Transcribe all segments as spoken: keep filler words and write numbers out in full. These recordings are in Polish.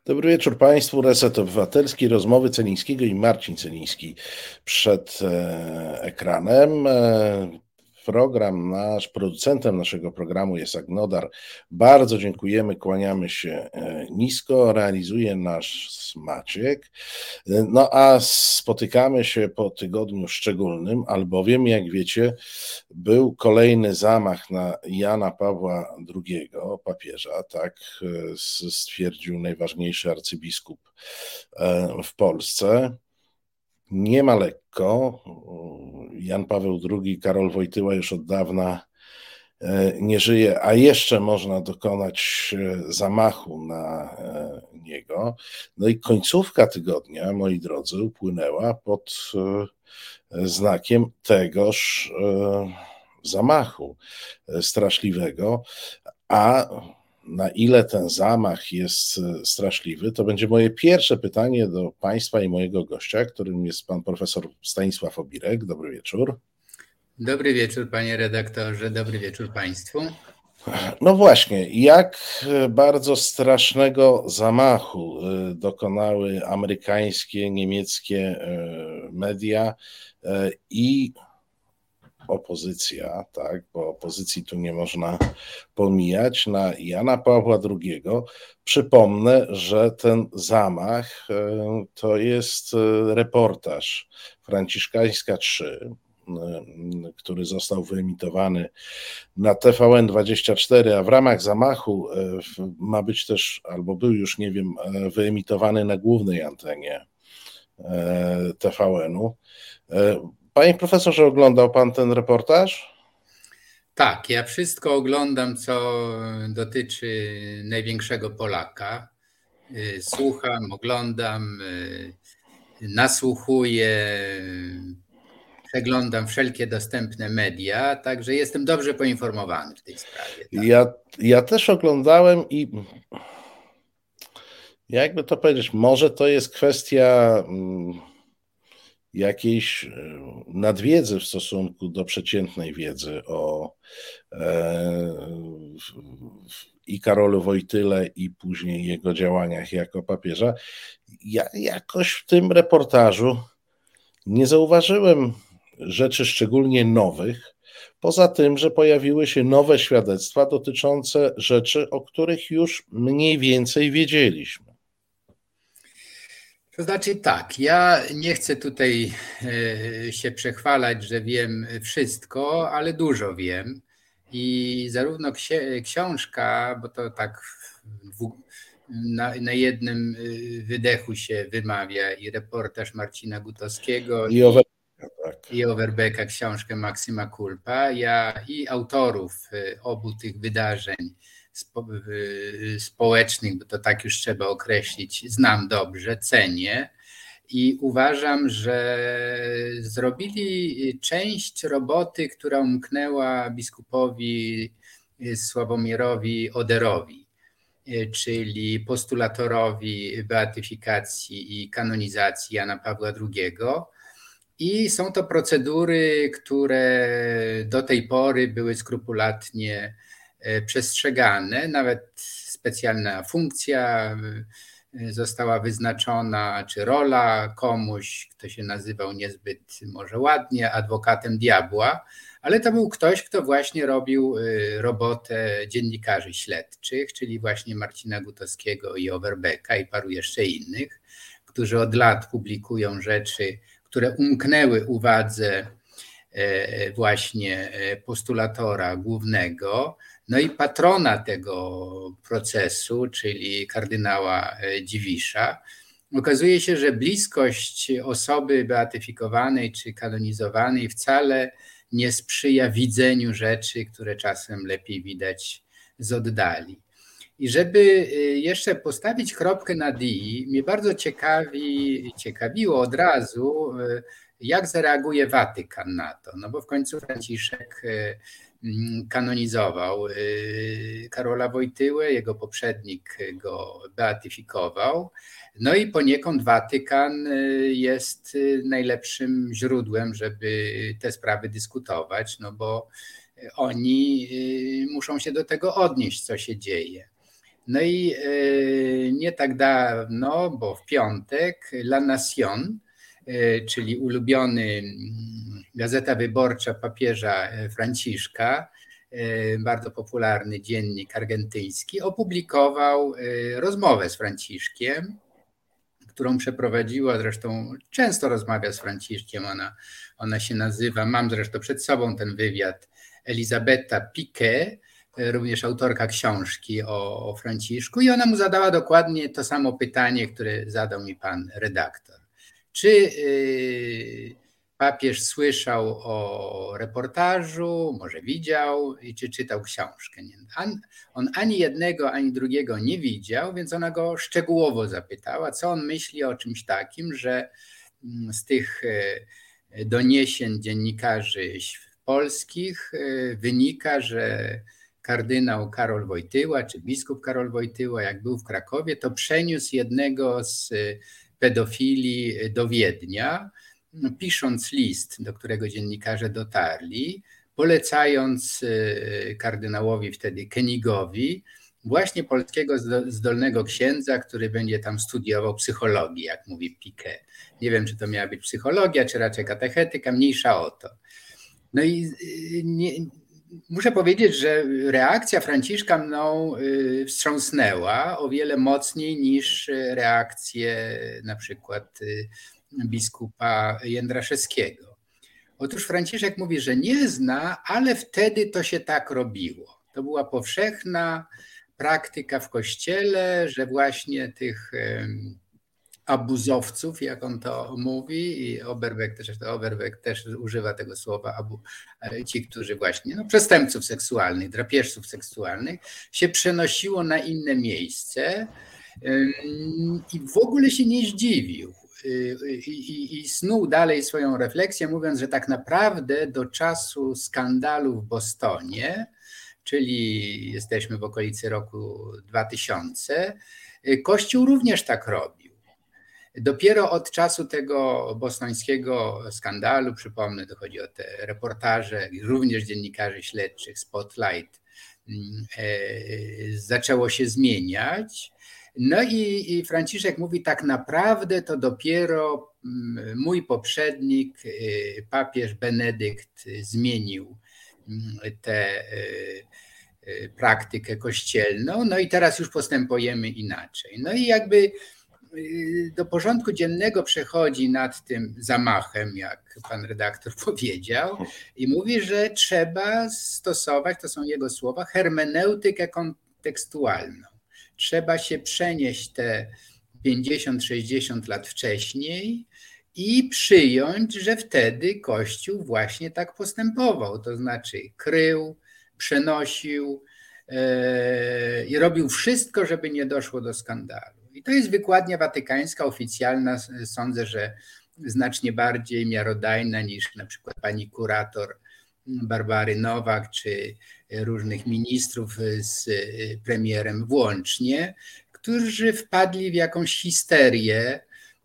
Dobry wieczór Państwu. Reset Obywatelski, rozmowy Celińskiego i Marcin Celiński przed e, ekranem. E, program nasz, producentem naszego programu jest Agnodar. Bardzo dziękujemy, kłaniamy się e, nisko. Realizuje nasz Maciek. E, no a spotykamy się po tygodniu szczególnym, albowiem, jak wiecie, był kolejny zamach na Jana Pawła drugiego, papieża, tak e, stwierdził najważniejszy arcybiskup e, w Polsce. Nie ma lekko. Jan Paweł drugi, Karol Wojtyła już od dawna nie żyje, a jeszcze można dokonać zamachu na niego. No i końcówka tygodnia, moi drodzy, upłynęła pod znakiem tegoż zamachu straszliwego, a na ile ten zamach jest straszliwy, to będzie moje pierwsze pytanie do Państwa i mojego gościa, którym jest pan profesor Stanisław Obirek. Dobry wieczór. Dobry wieczór, panie redaktorze, dobry wieczór państwu. No właśnie, jak bardzo strasznego zamachu dokonały amerykańskie, niemieckie media i opozycja, tak, bo opozycji tu nie można pomijać, na Jana Pawła drugiego. Przypomnę, że ten zamach to jest reportaż Franciszkańska trzy, który został wyemitowany na T V N dwadzieścia cztery, a w ramach zamachu ma być też, albo był już, nie wiem, wyemitowany na głównej antenie T V N-u. Panie profesorze, oglądał pan ten reportaż? Tak, ja wszystko oglądam, co dotyczy największego Polaka. Słucham, oglądam, nasłuchuję, przeglądam wszelkie dostępne media, także jestem dobrze poinformowany w tej sprawie. Tak. Ja, ja też oglądałem i jakby to powiedzieć, może to jest kwestia jakiejś nadwiedzy w stosunku do przeciętnej wiedzy o e, i Karolu Wojtyle i później jego działaniach jako papieża. Ja jakoś w tym reportażu nie zauważyłem rzeczy szczególnie nowych, poza tym, że pojawiły się nowe świadectwa dotyczące rzeczy, o których już mniej więcej wiedzieliśmy. To znaczy tak, ja nie chcę tutaj się przechwalać, że wiem wszystko, ale dużo wiem i zarówno książka, bo to tak na, na jednym wydechu się wymawia, i reportaż Marcina Gutowskiego i, tak. i Overbecka książkę Maksyma Kulpa, ja i autorów obu tych wydarzeń Spo, społecznych, bo to tak już trzeba określić, znam dobrze, cenię i uważam, że zrobili część roboty, która umknęła biskupowi Sławomirowi Oderowi, czyli postulatorowi beatyfikacji i kanonizacji Jana Pawła drugiego. I są to procedury, które do tej pory były skrupulatnie przestrzegane, nawet specjalna funkcja została wyznaczona, czy rola komuś, kto się nazywał niezbyt może ładnie adwokatem diabła, ale to był ktoś, kto właśnie robił robotę dziennikarzy śledczych, czyli właśnie Marcina Gutowskiego i Overbecka i paru jeszcze innych, którzy od lat publikują rzeczy, które umknęły uwadze właśnie postulatora głównego, no i patrona tego procesu, czyli kardynała Dziwisza. Okazuje się, że bliskość osoby beatyfikowanej czy kanonizowanej wcale nie sprzyja widzeniu rzeczy, które czasem lepiej widać z oddali. I żeby jeszcze postawić kropkę nad i, mnie bardzo ciekawi, ciekawiło od razu, jak zareaguje Watykan na to. No bo w końcu Franciszek kanonizował Karola Wojtyłę, jego poprzednik go beatyfikował. No i poniekąd Watykan jest najlepszym źródłem, żeby te sprawy dyskutować, no bo oni muszą się do tego odnieść, co się dzieje. No i nie tak dawno, bo w piątek, La Nación, czyli ulubiony Gazeta Wyborcza papieża Franciszka, bardzo popularny dziennik argentyński, opublikował rozmowę z Franciszkiem, którą przeprowadziła, zresztą często rozmawia z Franciszkiem, ona, ona się nazywa, mam zresztą przed sobą ten wywiad, Elizabeta Piqué, również autorka książki o, o Franciszku, i ona mu zadała dokładnie to samo pytanie, które zadał mi pan redaktor. Czy yy, papież słyszał o reportażu, może widział i czy czytał książkę? On ani jednego, ani drugiego nie widział, więc ona go szczegółowo zapytała, co on myśli o czymś takim, że z tych doniesień dziennikarzy polskich wynika, że kardynał Karol Wojtyła, czy biskup Karol Wojtyła, jak był w Krakowie, to przeniósł jednego z pedofili do Wiednia, pisząc list, do którego dziennikarze dotarli, polecając kardynałowi wtedy Koenigowi właśnie polskiego zdolnego księdza, który będzie tam studiował psychologię, jak mówi Piqué. Nie wiem, czy to miała być psychologia, czy raczej katechetyka, mniejsza o to. No i nie, muszę powiedzieć, że reakcja Franciszka mną wstrząsnęła o wiele mocniej niż reakcje na przykład biskupa Jędraszewskiego. Otóż Franciszek mówi, że nie zna, ale wtedy to się tak robiło. To była powszechna praktyka w Kościele, że właśnie tych abuzowców, jak on to mówi, i Oberbeck też, Oberbeck też używa tego słowa, abu, ci, którzy właśnie, no, przestępców seksualnych, drapieżców seksualnych, się przenosiło na inne miejsce i w ogóle się nie zdziwił. I, i, i snuł dalej swoją refleksję, mówiąc, że tak naprawdę do czasu skandalu w Bostonie, czyli jesteśmy w okolicy roku dwa tysiące, Kościół również tak robił. Dopiero od czasu tego bostońskiego skandalu, przypomnę, to chodzi o te reportaże, również dziennikarzy śledczych, Spotlight, zaczęło się zmieniać. No i, i Franciszek mówi, tak naprawdę to dopiero mój poprzednik, papież Benedykt, zmienił tę praktykę kościelną, no i teraz już postępujemy inaczej. No i jakby do porządku dziennego przechodzi nad tym zamachem, jak pan redaktor powiedział, i mówi, że trzeba stosować, to są jego słowa, hermeneutykę kontekstualną. Trzeba się przenieść te pięćdziesiąt sześćdziesiąt lat wcześniej i przyjąć, że wtedy Kościół właśnie tak postępował, to znaczy krył, przenosił yy, i robił wszystko, żeby nie doszło do skandalu. I to jest wykładnia watykańska, oficjalna, sądzę, że znacznie bardziej miarodajna niż na przykład pani kurator Barbary Nowak, czy różnych ministrów z premierem włącznie, którzy wpadli w jakąś histerię,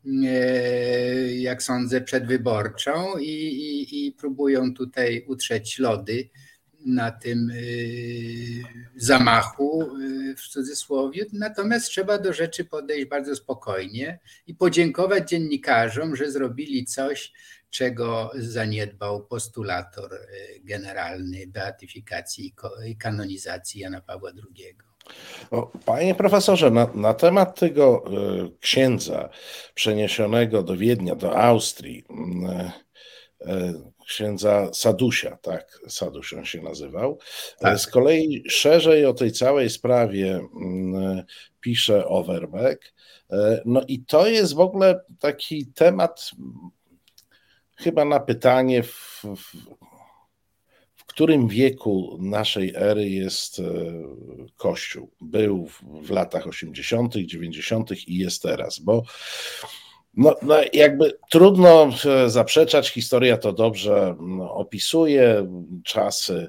jak sądzę, przedwyborczą i, i, i próbują tutaj utrzeć lody na tym zamachu, w cudzysłowie. Natomiast trzeba do rzeczy podejść bardzo spokojnie i podziękować dziennikarzom, że zrobili coś, czego zaniedbał postulator generalny beatyfikacji i kanonizacji Jana Pawła drugiego. O, panie profesorze, na, na temat tego y, księdza przeniesionego do Wiednia, do Austrii, y, y, księdza Sadusia, tak, Saduś on się nazywał. Tak. Z kolei szerzej o tej całej sprawie y, pisze Overbeck. Y, no i to jest w ogóle taki temat, chyba na pytanie, w, w, w którym wieku naszej ery jest Kościół. Był w, w latach osiemdziesiątych, dziewięćdziesiątych i jest teraz, bo no, no jakby trudno zaprzeczać, historia to dobrze opisuje, czasy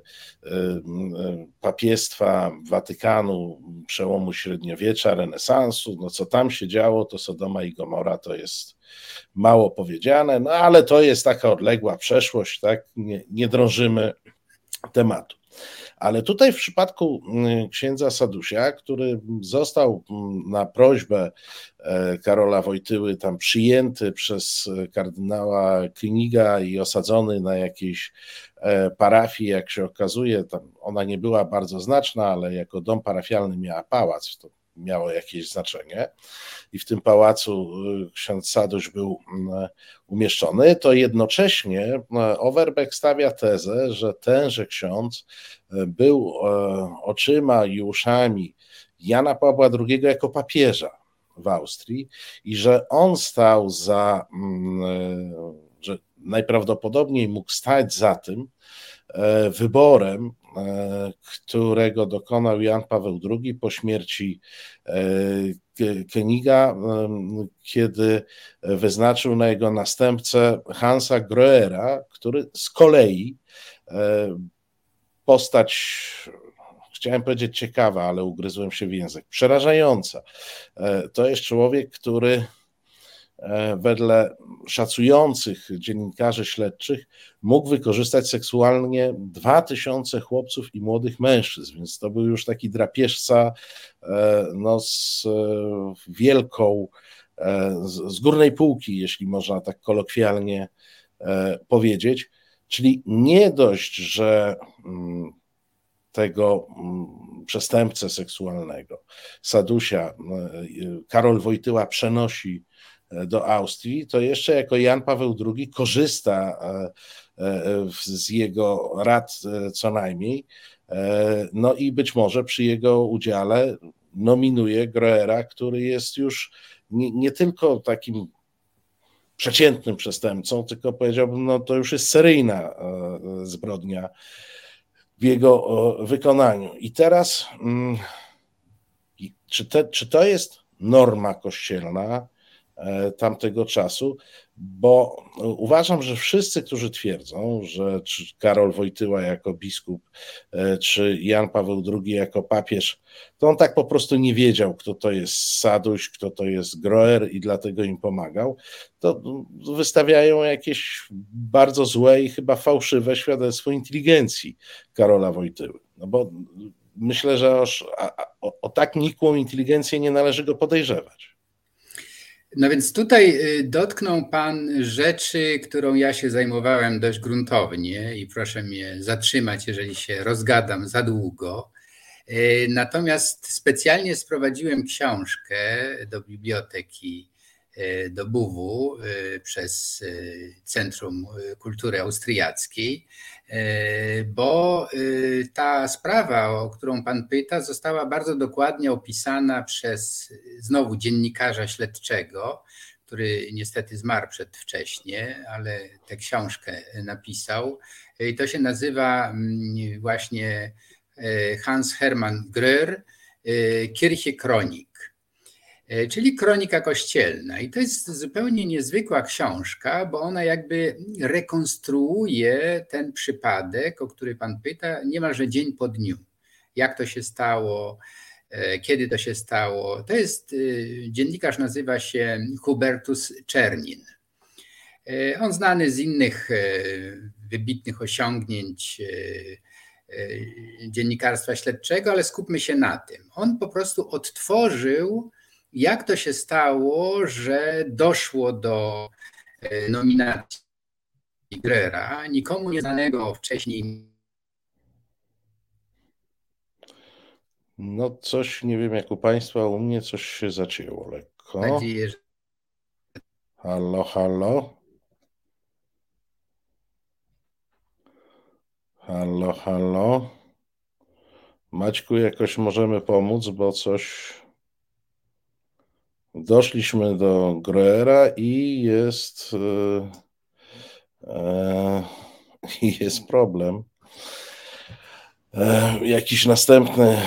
papiestwa, Watykanu, przełomu średniowiecza, renesansu, no co tam się działo, to Sodoma i Gomora to jest mało powiedziane, no ale to jest taka odległa przeszłość, tak, nie, nie drążymy tematu. Ale tutaj w przypadku księdza Sadusia, który został na prośbę Karola Wojtyły tam przyjęty przez kardynała Königa i osadzony na jakiejś parafii, jak się okazuje, tam ona nie była bardzo znaczna, ale jako dom parafialny miała pałac, to miało jakieś znaczenie i w tym pałacu ksiądz Saduś był umieszczony, to jednocześnie Overbeck stawia tezę, że tenże ksiądz był oczyma i uszami Jana Pawła drugiego jako papieża w Austrii i że on stał za, że najprawdopodobniej mógł stać za tym wyborem, którego dokonał Jan Paweł drugi po śmierci Königa, kiedy wyznaczył na jego następcę Hansa Gröera, który z kolei postać, chciałem powiedzieć ciekawa, ale ugryzłem się w język, przerażająca. To jest człowiek, który wedle szacujących dziennikarzy śledczych mógł wykorzystać seksualnie dwa tysiące chłopców i młodych mężczyzn, więc to był już taki drapieżca no, z wielką, z górnej półki, jeśli można tak kolokwialnie powiedzieć. Czyli nie dość, że tego przestępcę seksualnego, Sadusia, Karol Wojtyła przenosi do Austrii, to jeszcze jako Jan Paweł drugi korzysta z jego rad co najmniej, no i być może przy jego udziale nominuje Gröera, który jest już nie, nie tylko takim przeciętnym przestępcą, tylko powiedziałbym, no to już jest seryjna zbrodnia w jego wykonaniu. I teraz, czy, te, czy to jest norma kościelna tamtego czasu? Bo uważam, że wszyscy, którzy twierdzą, że czy Karol Wojtyła jako biskup, czy Jan Paweł drugi jako papież, to on tak po prostu nie wiedział, kto to jest Saduś, kto to jest Gröer i dlatego im pomagał, to wystawiają jakieś bardzo złe i chyba fałszywe świadectwo inteligencji Karola Wojtyły. No bo myślę, że o, o, o tak nikłą inteligencję nie należy go podejrzewać. No więc tutaj dotknął Pan rzeczy, którą ja się zajmowałem dość gruntownie i proszę mnie zatrzymać, jeżeli się rozgadam za długo. Natomiast specjalnie sprowadziłem książkę do biblioteki, do B W przez Centrum Kultury Austriackiej, bo ta sprawa, o którą Pan pyta, została bardzo dokładnie opisana przez znowu dziennikarza śledczego, który niestety zmarł przedwcześnie, ale tę książkę napisał. I to się nazywa właśnie Hans Hermann Gröer, Kirche Chronik, czyli kronika kościelna. I to jest zupełnie niezwykła książka, bo ona jakby rekonstruuje ten przypadek, o który Pan pyta, niemalże dzień po dniu. Jak to się stało, kiedy to się stało. To jest, dziennikarz nazywa się Hubertus Czernin. On znany z innych wybitnych osiągnięć dziennikarstwa śledczego, ale skupmy się na tym. On po prostu odtworzył, jak to się stało, że doszło do nominacji Gröera, nikomu nieznanego wcześniej. No coś, nie wiem jak u Państwa, u mnie coś się zacięło lekko. Mam nadzieję, że... Halo, halo. Halo, halo. Maćku, jakoś możemy pomóc, bo coś... Doszliśmy do Gröera i jest, e, jest problem. E, jakiś następny e,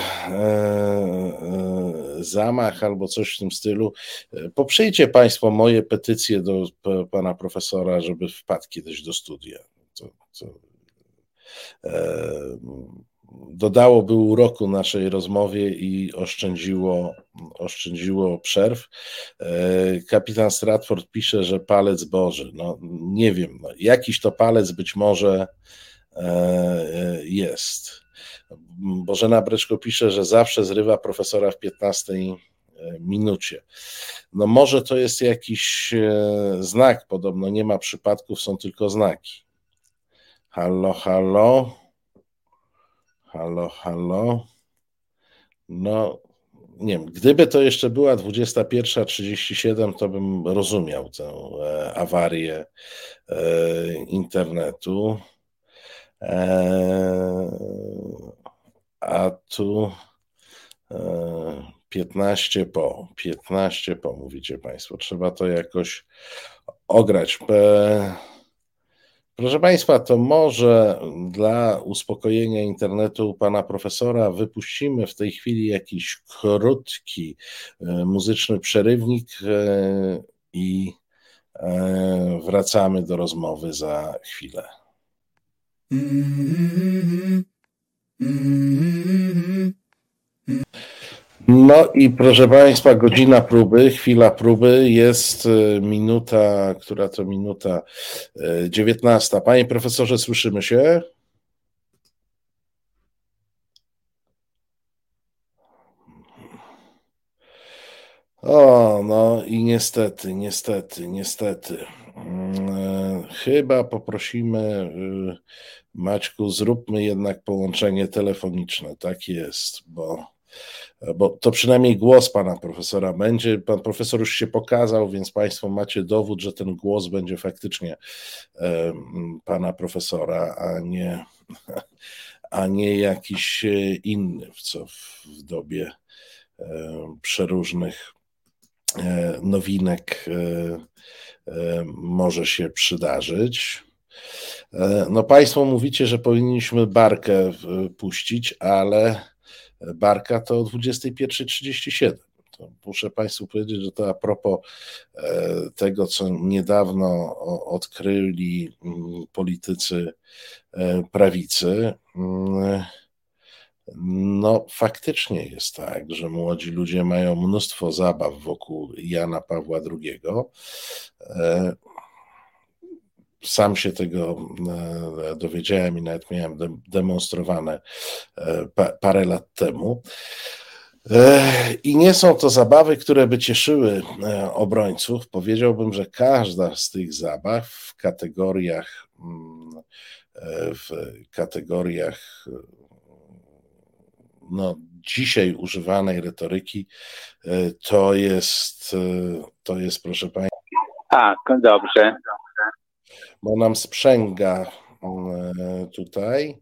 e, zamach albo coś w tym stylu. Poprzyjcie Państwo moje petycje do p, pana profesora, żeby wpadł kiedyś do studia. To, to, e, dodałoby uroku naszej rozmowie i oszczędziło, oszczędziło przerw. Kapitan Stratford pisze, że palec Boży. No nie wiem, no, jakiś to palec być może jest. Bożena Breczko pisze, że zawsze zrywa profesora w piętnastej minucie. No może to jest jakiś znak, podobno nie ma przypadków, są tylko znaki. Halo, halo. Halo, halo. No, nie wiem, gdyby to jeszcze była dwudziesta pierwsza trzydzieści siedem, to bym rozumiał tę awarię internetu. A tu piętnaście po, piętnaście po, mówicie Państwo. Trzeba to jakoś ograć. Proszę Państwa, to może dla uspokojenia internetu pana profesora wypuścimy w tej chwili jakiś krótki muzyczny przerywnik i wracamy do rozmowy za chwilę. No i proszę Państwa, godzina próby, chwila próby, jest minuta, która to minuta dziewiętnasta. Panie profesorze, słyszymy się? O, no i niestety, niestety, niestety. Chyba poprosimy, Maćku, zróbmy jednak połączenie telefoniczne, tak jest, bo bo to przynajmniej głos pana profesora będzie. Pan profesor już się pokazał, więc Państwo macie dowód, że ten głos będzie faktycznie pana profesora, a nie, a nie jakiś inny, co w dobie przeróżnych nowinek może się przydarzyć. No Państwo mówicie, że powinniśmy Barkę puścić, ale Barka to o dwudziestej pierwszej trzydzieści siedem. To muszę Państwu powiedzieć, że to a propos tego, co niedawno odkryli politycy prawicy. No faktycznie jest tak, że młodzi ludzie mają mnóstwo zabaw wokół Jana Pawła drugiego. Sam się tego dowiedziałem i nawet miałem demonstrowane parę lat temu. I nie są to zabawy, które by cieszyły obrońców. Powiedziałbym, że każda z tych zabaw w kategoriach w kategoriach no, dzisiaj używanej retoryki to jest, to jest, proszę Państwa. A, dobrze. Bo nam sprzęga tutaj.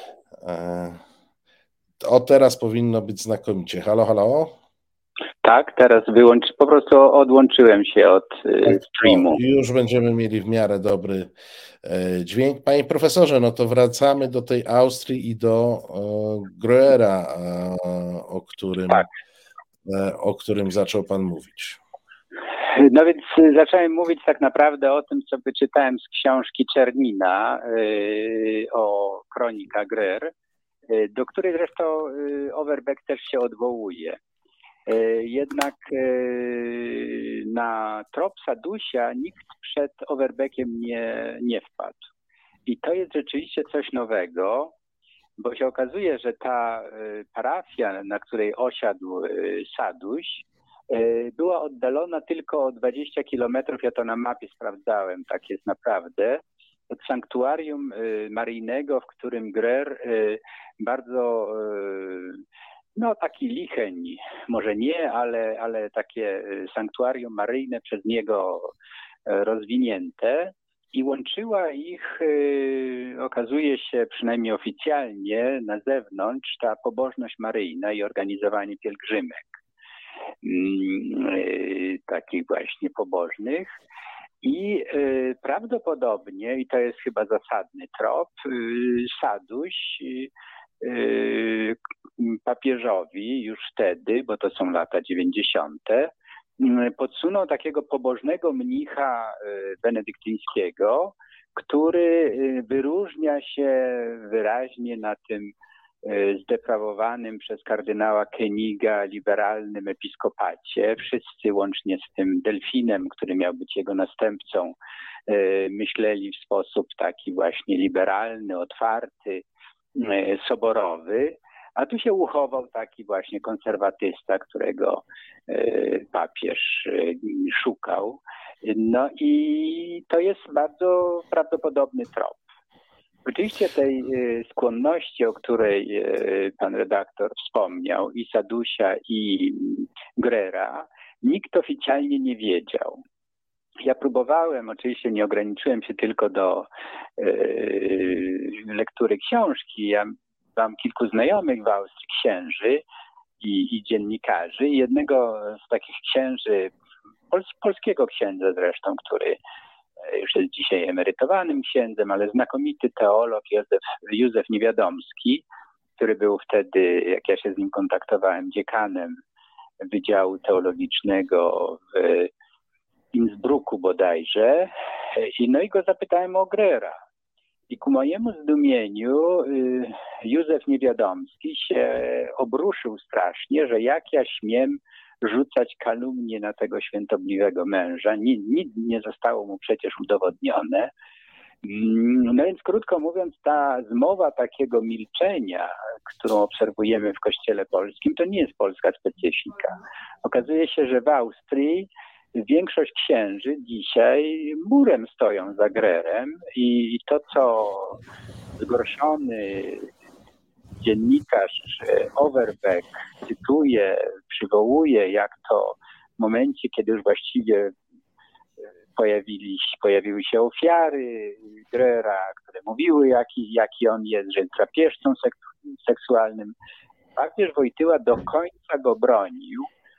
O, teraz powinno być znakomicie. Halo, halo? Tak, teraz wyłącz, po prostu odłączyłem się od tak, streamu. Już będziemy mieli w miarę dobry dźwięk. Panie profesorze, no to wracamy do tej Austrii i do Gröera, o którym, tak. o którym zaczął Pan mówić. No więc zacząłem mówić tak naprawdę o tym, co wyczytałem z książki Czernina yy, o kronika Gröer, yy, do której zresztą yy, Overbeck też się odwołuje. Yy, jednak yy, na trop Sadusia nikt przed Overbeckiem nie, nie wpadł. I to jest rzeczywiście coś nowego, bo się okazuje, że ta yy, parafia, na której osiadł yy, Saduś, była oddalona tylko o dwadzieścia kilometrów, ja to na mapie sprawdzałem, tak jest naprawdę, od sanktuarium maryjnego, w którym Gröer bardzo, no taki licheń, może nie, ale, ale takie sanktuarium maryjne przez niego rozwinięte i łączyła ich, okazuje się, przynajmniej oficjalnie na zewnątrz, ta pobożność maryjna i organizowanie pielgrzymek takich właśnie pobożnych i prawdopodobnie, i to jest chyba zasadny trop, Saduś papieżowi już wtedy, bo to są lata dziewięćdziesiąte, podsunął takiego pobożnego mnicha benedyktyńskiego, który wyróżnia się wyraźnie na tym zdeprawowanym przez kardynała Koeniga liberalnym episkopacie. Wszyscy łącznie z tym Delfinem, który miał być jego następcą, myśleli w sposób taki właśnie liberalny, otwarty, soborowy, a tu się uchował taki właśnie konserwatysta, którego papież szukał. No i to jest bardzo prawdopodobny trop. Oczywiście tej skłonności, o której pan redaktor wspomniał, i Sadusia, i Grera, nikt oficjalnie nie wiedział. Ja próbowałem, oczywiście nie ograniczyłem się tylko do yy, lektury książki. Ja mam kilku znajomych w Austrii, księży i, i dziennikarzy. Jednego z takich księży, pols polskiego księdza zresztą, który już jest dzisiaj emerytowanym księdzem, ale znakomity teolog Józef, Józef Niewiadomski, który był wtedy, jak ja się z nim kontaktowałem, dziekanem Wydziału Teologicznego w Innsbrucku bodajże. I no i go zapytałem o Grera. I ku mojemu zdumieniu Józef Niewiadomski się obruszył strasznie, że jak ja śmiem rzucać kalumnię na tego świętobliwego męża. Nic, nic nie zostało mu przecież udowodnione. No więc krótko mówiąc, ta zmowa takiego milczenia, którą obserwujemy w Kościele polskim, to nie jest polska specyfika. Okazuje się, że w Austrii większość księży dzisiaj murem stoją za Grerem i to, co zgorszony dziennikarz Overbeck cytuje, przywołuje, jak to w momencie, kiedy już właściwie pojawili, pojawiły się ofiary Grera, które mówiły, jaki, jaki on jest, że jest drapieżcą seksualnym. Papież Wojtyła do końca go bronił.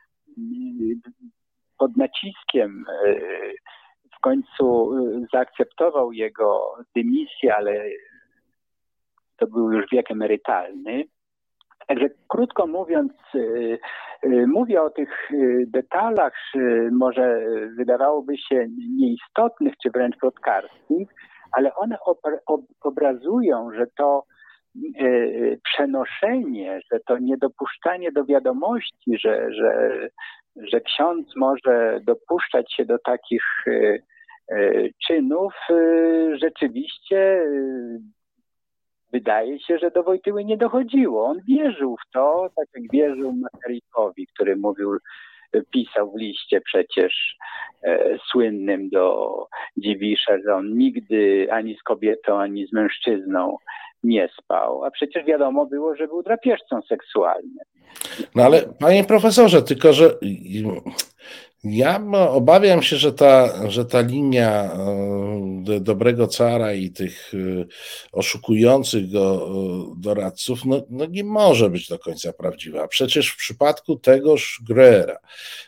Pod naciskiem w końcu zaakceptował jego dymisję, ale to był już wiek emerytalny. Także krótko mówiąc, mówię o tych detalach, może wydawałoby się nieistotnych, czy wręcz plotkarskich, ale one obrazują, że to przenoszenie, że to niedopuszczanie do wiadomości, że, że, że ksiądz może dopuszczać się do takich czynów, rzeczywiście wydaje się, że do Wojtyły nie dochodziło. On wierzył w to, tak jak wierzył Masarykowi, który mówił, pisał w liście przecież e, słynnym do Dziwisza, że on nigdy ani z kobietą, ani z mężczyzną nie spał. A przecież wiadomo było, że był drapieżcą seksualnym. No ale panie profesorze, tylko że ja obawiam się, że ta, że ta linia dobrego cara i tych oszukujących go doradców no, no nie może być do końca prawdziwa. Przecież w przypadku tegoż Grera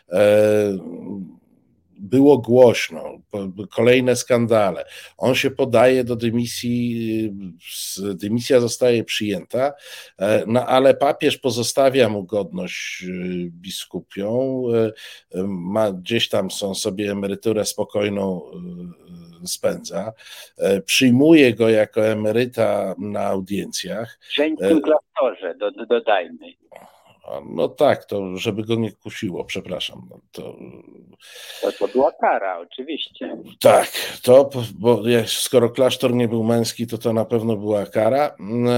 było głośno, kolejne skandale. On się podaje do dymisji, dymisja zostaje przyjęta, no ale papież pozostawia mu godność biskupią, ma, gdzieś tam są sobie emeryturę spokojną spędza, przyjmuje go jako emeryta na audiencjach. W żeńskim klasztorze, do, do, dodajmy. No tak, to żeby go nie kusiło, przepraszam. To... To, to była kara, oczywiście. Tak, to, bo skoro klasztor nie był męski, to to na pewno była kara.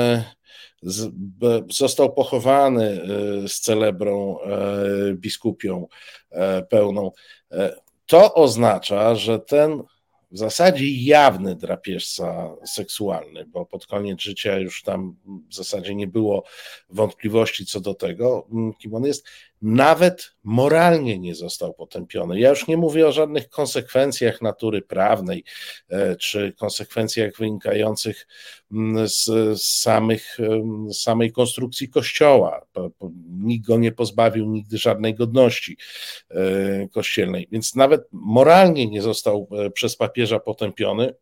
Został pochowany z celebrą biskupią pełną. To oznacza, że ten w zasadzie jawny drapieżca seksualny, bo pod koniec życia już tam w zasadzie nie było wątpliwości co do tego, kim on jest, nawet moralnie nie został potępiony. Ja już nie mówię o żadnych konsekwencjach natury prawnej, czy konsekwencjach wynikających z samych, z samej konstrukcji Kościoła. Nikt go nie pozbawił nigdy żadnej godności kościelnej, więc nawet moralnie nie został przez papieża potępiony,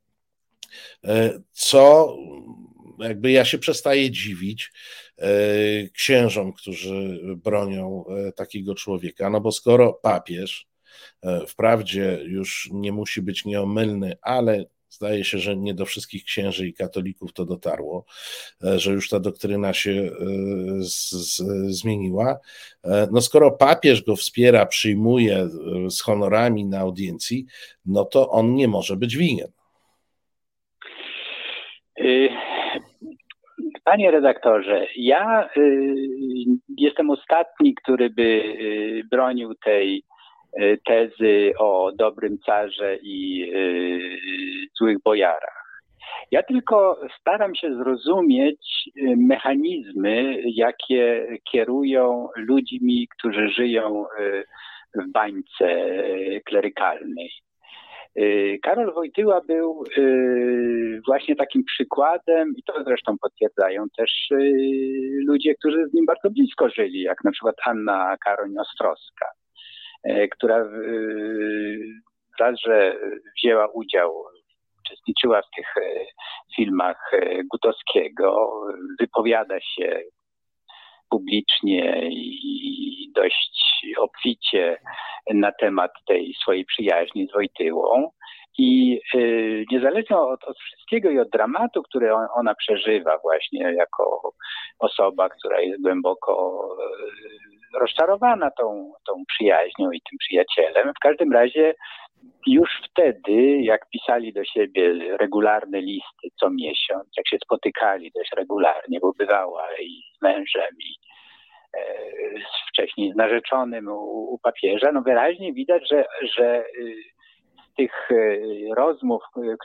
co jakby ja się przestaję dziwić księżom, którzy bronią takiego człowieka, no bo skoro papież wprawdzie już nie musi być nieomylny, ale zdaje się, że nie do wszystkich księży i katolików to dotarło, że już ta doktryna się z, z, zmieniła. No skoro papież go wspiera, przyjmuje z honorami na audiencji, no to on nie może być winien. Panie redaktorze, ja y, jestem ostatni, który by y, bronił tej y, tezy o dobrym carze i y, złych bojarach. Ja tylko staram się zrozumieć y, mechanizmy, jakie kierują ludźmi, którzy żyją y, w bańce y, klerykalnej. Karol Wojtyła był właśnie takim przykładem i to zresztą potwierdzają też ludzie, którzy z nim bardzo blisko żyli, jak na przykład Anna Karoń-Ostrowska, która raz, że wzięła udział, uczestniczyła w tych filmach Gutowskiego, wypowiada się publicznie i dość obficie na temat tej swojej przyjaźni z Wojtyłą i y, niezależnie od, od wszystkiego i od dramatu, który on, ona przeżywa właśnie jako osoba, która jest głęboko y, rozczarowana tą, tą przyjaźnią i tym przyjacielem, w każdym razie już wtedy, jak pisali do siebie regularne listy co miesiąc, jak się spotykali dość regularnie, bo bywała i z mężem, i e, wcześniej z narzeczonym u, u papieża, no wyraźnie widać, że, że z tych rozmów,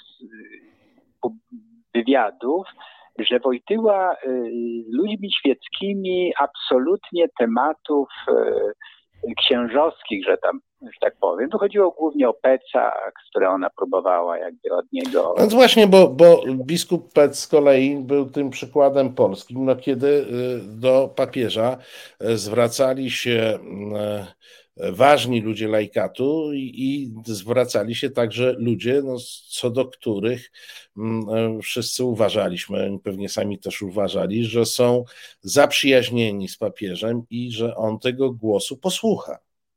wywiadów, że Wojtyła z ludźmi świeckimi absolutnie tematów księżowskich, że tam, że tak powiem. Tu chodziło głównie o Peca, które ona próbowała jakby od niego... No właśnie, bo, bo biskup Pec z kolei był tym przykładem polskim, no kiedy do papieża zwracali się ważni ludzie laikatu i, i zwracali się także ludzie, no, co do których wszyscy uważaliśmy, pewnie sami też uważali, że są zaprzyjaźnieni z papieżem i że on tego głosu posłucha.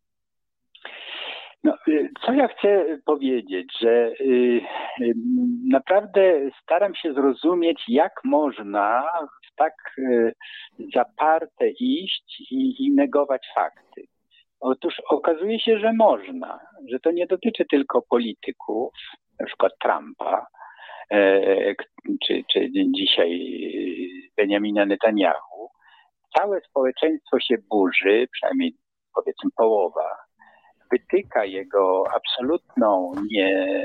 No, co ja chcę powiedzieć, że y, y, naprawdę staram się zrozumieć, jak można w tak y, zaparte iść i, i negować fakty. Otóż okazuje się, że można, że to nie dotyczy tylko polityków, na przykład Trumpa, e, czy, czy dzisiaj Benjamina Netanyahu. Całe społeczeństwo się burzy, przynajmniej powiedzmy połowa, wytyka jego absolutną nie,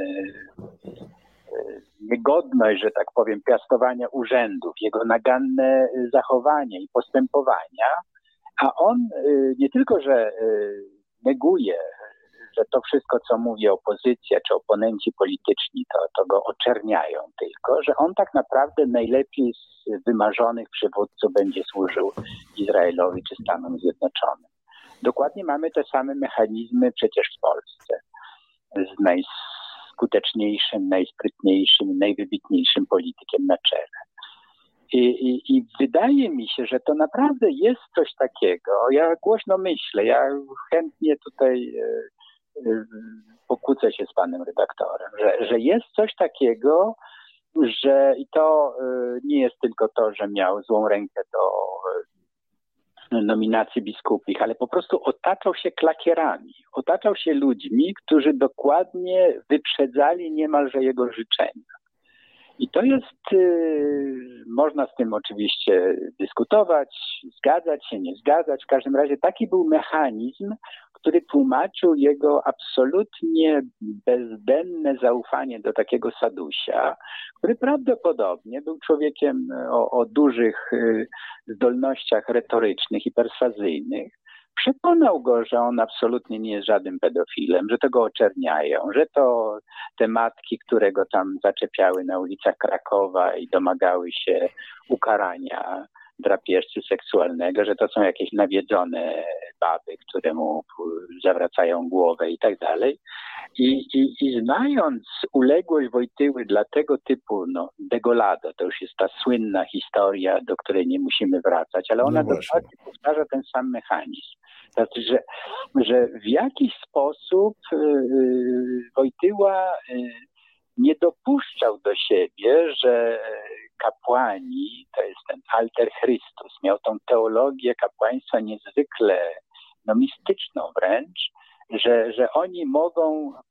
niegodność, że tak powiem, piastowania urzędów, jego naganne zachowania i postępowania, a on nie tylko, że neguje, że to wszystko, co mówi opozycja czy oponenci polityczni, to, to go oczerniają tylko, że on tak naprawdę najlepiej z wymarzonych przywódców będzie służył Izraelowi czy Stanom Zjednoczonym. Dokładnie mamy te same mechanizmy przecież w Polsce z najskuteczniejszym, najsprytniejszym, najwybitniejszym politykiem na czele. I, i, I wydaje mi się, że to naprawdę jest coś takiego. Ja głośno myślę, ja chętnie tutaj e, e, pokłócę się z panem redaktorem, że, że jest coś takiego, że i to e, nie jest tylko to, że miał złą rękę do e, nominacji biskupich, ale po prostu otaczał się klakierami, otaczał się ludźmi, którzy dokładnie wyprzedzali niemalże jego życzenia. I to jest, y, można z tym oczywiście dyskutować, zgadzać się, nie zgadzać. W każdym razie taki był mechanizm, który tłumaczył jego absolutnie bezwzględne zaufanie do takiego Sadusia, który prawdopodobnie był człowiekiem o, o dużych y, zdolnościach retorycznych i perswazyjnych. Przekonał go, że on absolutnie nie jest żadnym pedofilem, że to go oczerniają, że to te matki, które go tam zaczepiały na ulicach Krakowa i domagały się ukarania drapieżcy seksualnego, że to są jakieś nawiedzone baby, które mu zawracają głowę i tak dalej. I, i, i znając uległość Wojtyły dla tego typu no, degolado, to już jest ta słynna historia, do której nie musimy wracać, ale ona no dokładnie powtarza ten sam mechanizm. Znaczy, że, że w jakiś sposób yy, Wojtyła yy, nie dopuszczał do siebie, że kapłani, to jest ten alter Christus, miał tą teologię kapłaństwa niezwykle no, mistyczną wręcz, że, że oni mogą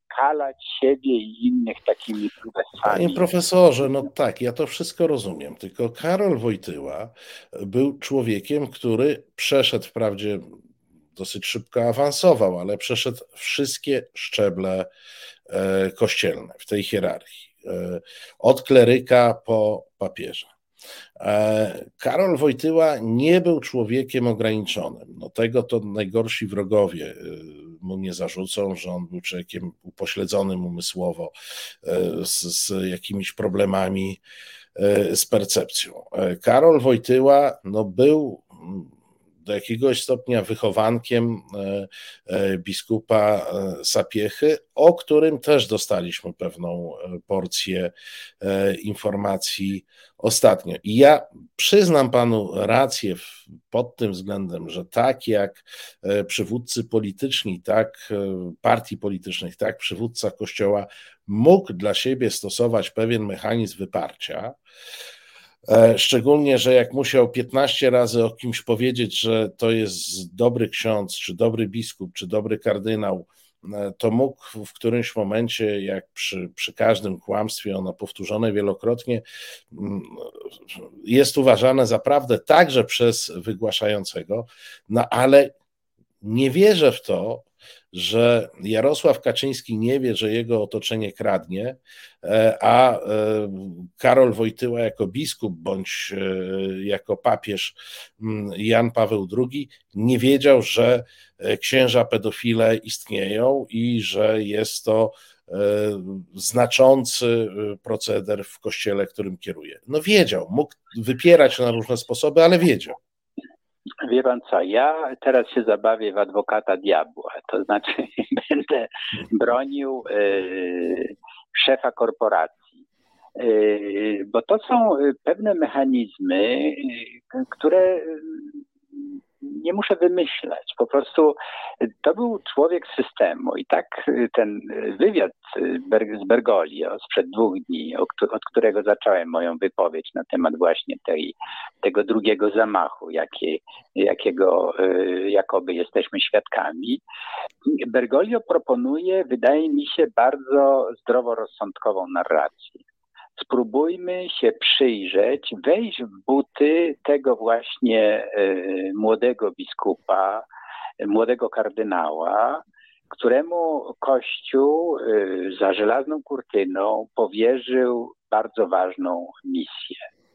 kalać siebie i innych takimi królestwami. Panie profesorze, no tak, ja to wszystko rozumiem, tylko Karol Wojtyła był człowiekiem, który przeszedł, wprawdzie dosyć szybko awansował, ale przeszedł wszystkie szczeble kościelne w tej hierarchii, od kleryka po papieża. Karol Wojtyła nie był człowiekiem ograniczonym. No tego to najgorsi wrogowie mu nie zarzucą, że on był człowiekiem upośledzonym umysłowo, z, z jakimiś problemami z percepcją. Karol Wojtyła no, był do jakiegoś stopnia wychowankiem biskupa Sapiechy, o którym też dostaliśmy pewną porcję informacji ostatnio. I ja przyznam panu rację pod tym względem, że tak jak przywódcy polityczni, tak partii politycznych, tak przywódca Kościoła mógł dla siebie stosować pewien mechanizm wyparcia, szczególnie, że jak musiał piętnaście razy o kimś powiedzieć, że to jest dobry ksiądz, czy dobry biskup, czy dobry kardynał, to mógł w którymś momencie, jak przy, przy każdym kłamstwie, ono powtórzone wielokrotnie, jest uważane za prawdę także przez wygłaszającego, no ale nie wierzę w to, że Jarosław Kaczyński nie wie, że jego otoczenie kradnie, a Karol Wojtyła jako biskup bądź jako papież Jan Paweł drugi nie wiedział, że księża pedofile istnieją i że jest to znaczący proceder w kościele, którym kieruje. No wiedział, mógł wypierać na różne sposoby, ale wiedział. Wie pan co, ja teraz się zabawię w adwokata diabła, to znaczy będę bronił y, szefa korporacji, y, bo to są pewne mechanizmy, y, które nie muszę wymyślać. Po prostu to był człowiek systemu i tak ten wywiad z Bergoglio sprzed dwóch dni, od którego zacząłem moją wypowiedź na temat właśnie tej, tego drugiego zamachu, jakie, jakiego jakoby jesteśmy świadkami. Bergoglio proponuje, wydaje mi się, bardzo zdroworozsądkową narrację. Spróbujmy się przyjrzeć, wejść w buty tego właśnie y, młodego biskupa, y, młodego kardynała, któremu Kościół y, za żelazną kurtyną powierzył bardzo ważną misję.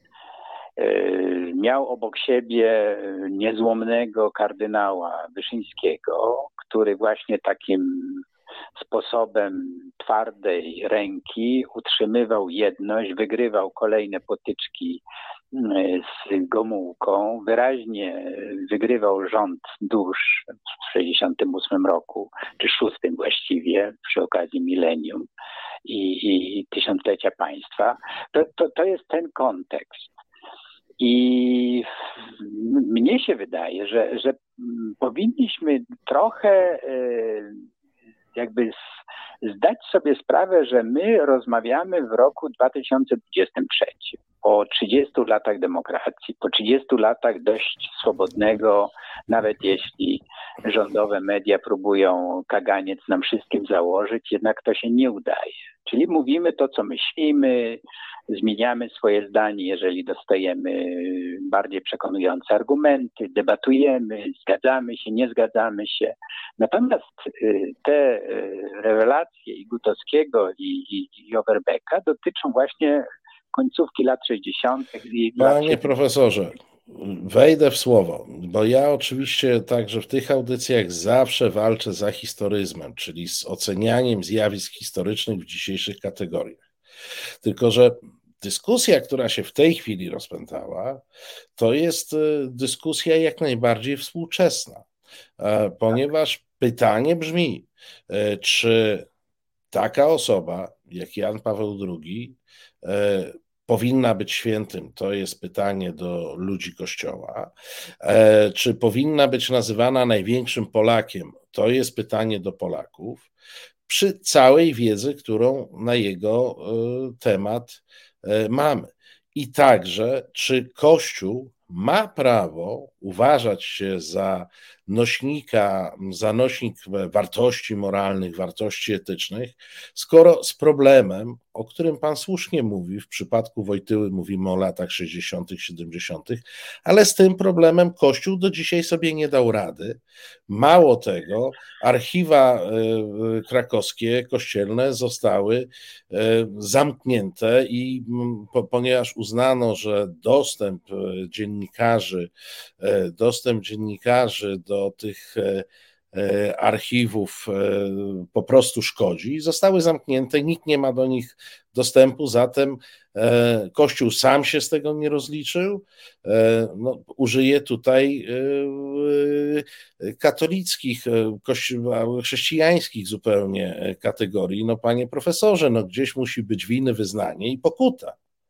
Y, miał obok siebie niezłomnego kardynała Wyszyńskiego, który właśnie takim sposobem twardej ręki utrzymywał jedność, wygrywał kolejne potyczki z Gomułką, wyraźnie wygrywał rząd dusz w sześćdziesiątym ósmym roku, czy szóstym właściwie, przy okazji milenium i, i tysiąclecia państwa. To, to, to jest ten kontekst. I mnie się wydaje, że, że powinniśmy trochę jakby zdać sobie sprawę, że my rozmawiamy w roku dwa tysiące dwudziestym trzecim, po trzydziestu latach demokracji, po trzydziestu latach dość swobodnego, nawet jeśli rządowe media próbują kaganiec nam wszystkim założyć, jednak to się nie udaje. Czyli mówimy to, co myślimy, zmieniamy swoje zdanie, jeżeli dostajemy bardziej przekonujące argumenty, debatujemy, zgadzamy się, nie zgadzamy się. Natomiast te rewelacje i Gutowskiego, i, i, i Overbecka dotyczą właśnie końcówki lat sześćdziesiątych. Panie lat... profesorze, wejdę w słowo, bo ja oczywiście także w tych audycjach zawsze walczę za historyzmem, czyli z ocenianiem zjawisk historycznych w dzisiejszych kategoriach. Tylko że dyskusja, która się w tej chwili rozpętała, to jest dyskusja jak najbardziej współczesna, ponieważ pytanie brzmi, czy taka osoba jak Jan Paweł drugi powinna być świętym? To jest pytanie do ludzi Kościoła. Czy powinna być nazywana największym Polakiem? To jest pytanie do Polaków. Przy całej wiedzy, którą na jego temat mamy. I także, czy Kościół ma prawo uważać się za nośnika, zanośnik wartości moralnych, wartości etycznych, skoro z problemem, o którym pan słusznie mówi, w przypadku Wojtyły mówimy o latach sześćdziesiątych, siedemdziesiątych, ale z tym problemem Kościół do dzisiaj sobie nie dał rady. Mało tego, archiwa krakowskie, kościelne zostały zamknięte i ponieważ uznano, że dostęp dziennikarzy, dostęp dziennikarzy do tych archiwów po prostu szkodzi, zostały zamknięte, nikt nie ma do nich dostępu, zatem Kościół sam się z tego nie rozliczył. No, użyję tutaj katolickich, chrześcijańskich zupełnie kategorii. No panie profesorze, no gdzieś musi być winy, wyznanie i pokuta.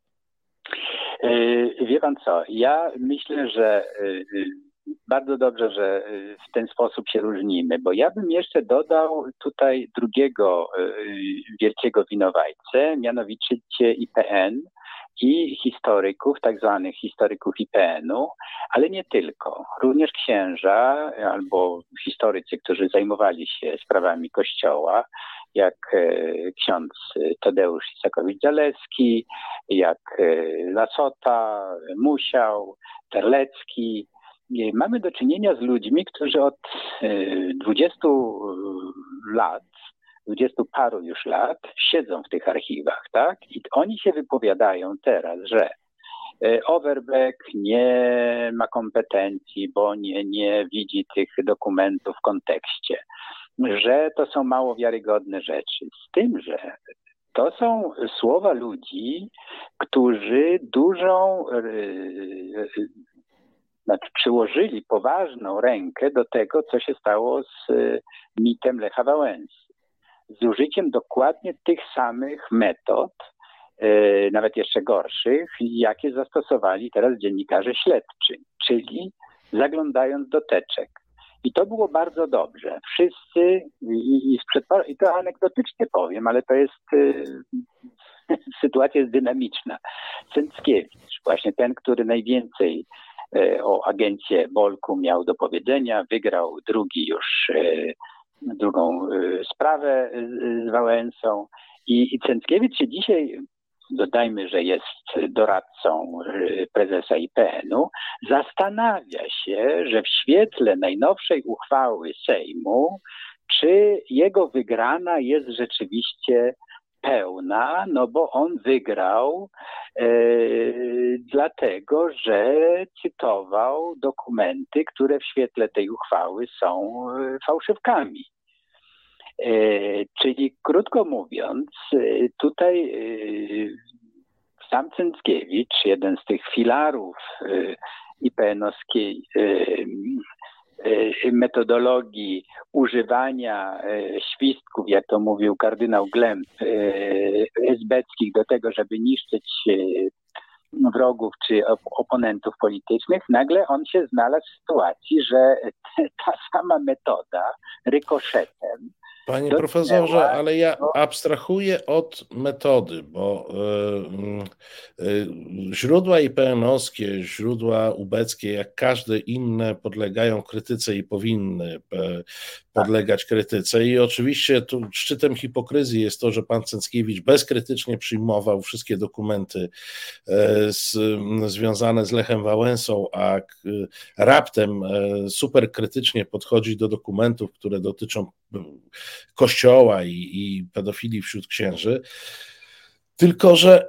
Wie pan co, ja myślę, że bardzo dobrze, że w ten sposób się różnimy, bo ja bym jeszcze dodał tutaj drugiego wielkiego winowajcę, mianowicie I P N i historyków, tak zwanych historyków I P N-u, ale nie tylko. Również księża albo historycy, którzy zajmowali się sprawami Kościoła, jak ksiądz Tadeusz Isakowicz-Zaleski, jak Lasota, Musiał, Terlecki. Mamy do czynienia z ludźmi, którzy od dwudziestu lat, dwudziestu paru już lat siedzą w tych archiwach, tak? I oni się wypowiadają teraz, że Overbeck nie ma kompetencji, bo nie, nie widzi tych dokumentów w kontekście, że to są mało wiarygodne rzeczy. Z tym, że to są słowa ludzi, którzy dużą, znaczy przyłożyli poważną rękę do tego, co się stało z mitem Lecha Wałęsy. Z użyciem dokładnie tych samych metod, nawet jeszcze gorszych, jakie zastosowali teraz dziennikarze śledczy, czyli zaglądając do teczek. I to było bardzo dobrze. Wszyscy, i, i, i to anegdotycznie powiem, ale to jest, sytuacja jest dynamiczna. Cęckiewicz, właśnie ten, który najwięcej o agencję Bolku miał do powiedzenia, wygrał drugi już, drugą sprawę z Wałęsą. I, i Cęckiewicz się dzisiaj, dodajmy, że jest doradcą prezesa I P N-u, zastanawia się, że w świetle najnowszej uchwały Sejmu, czy jego wygrana jest rzeczywiście pełna, no bo on wygrał e, dlatego, że cytował dokumenty, które w świetle tej uchwały są fałszywkami. E, czyli krótko mówiąc, tutaj e, sam Cęckiewicz, jeden z tych filarów e, I P N-owskiej e, metodologii używania świstków, jak to mówił kardynał Glemp, esbeckich do tego, żeby niszczyć wrogów czy oponentów politycznych, nagle on się znalazł w sytuacji, że ta sama metoda rykoszetem. Panie profesorze, ale ja abstrahuję od metody, bo y, y, źródła I P N-owskie, źródła ubeckie, jak każde inne, podlegają krytyce i powinny y, podlegać krytyce. I oczywiście tu szczytem hipokryzji jest to, że pan Cęckiewicz bezkrytycznie przyjmował wszystkie dokumenty y, z, związane z Lechem Wałęsą, a y, raptem y, super krytycznie podchodzi do dokumentów, które dotyczą y, Kościoła i, i pedofilii wśród księży, tylko że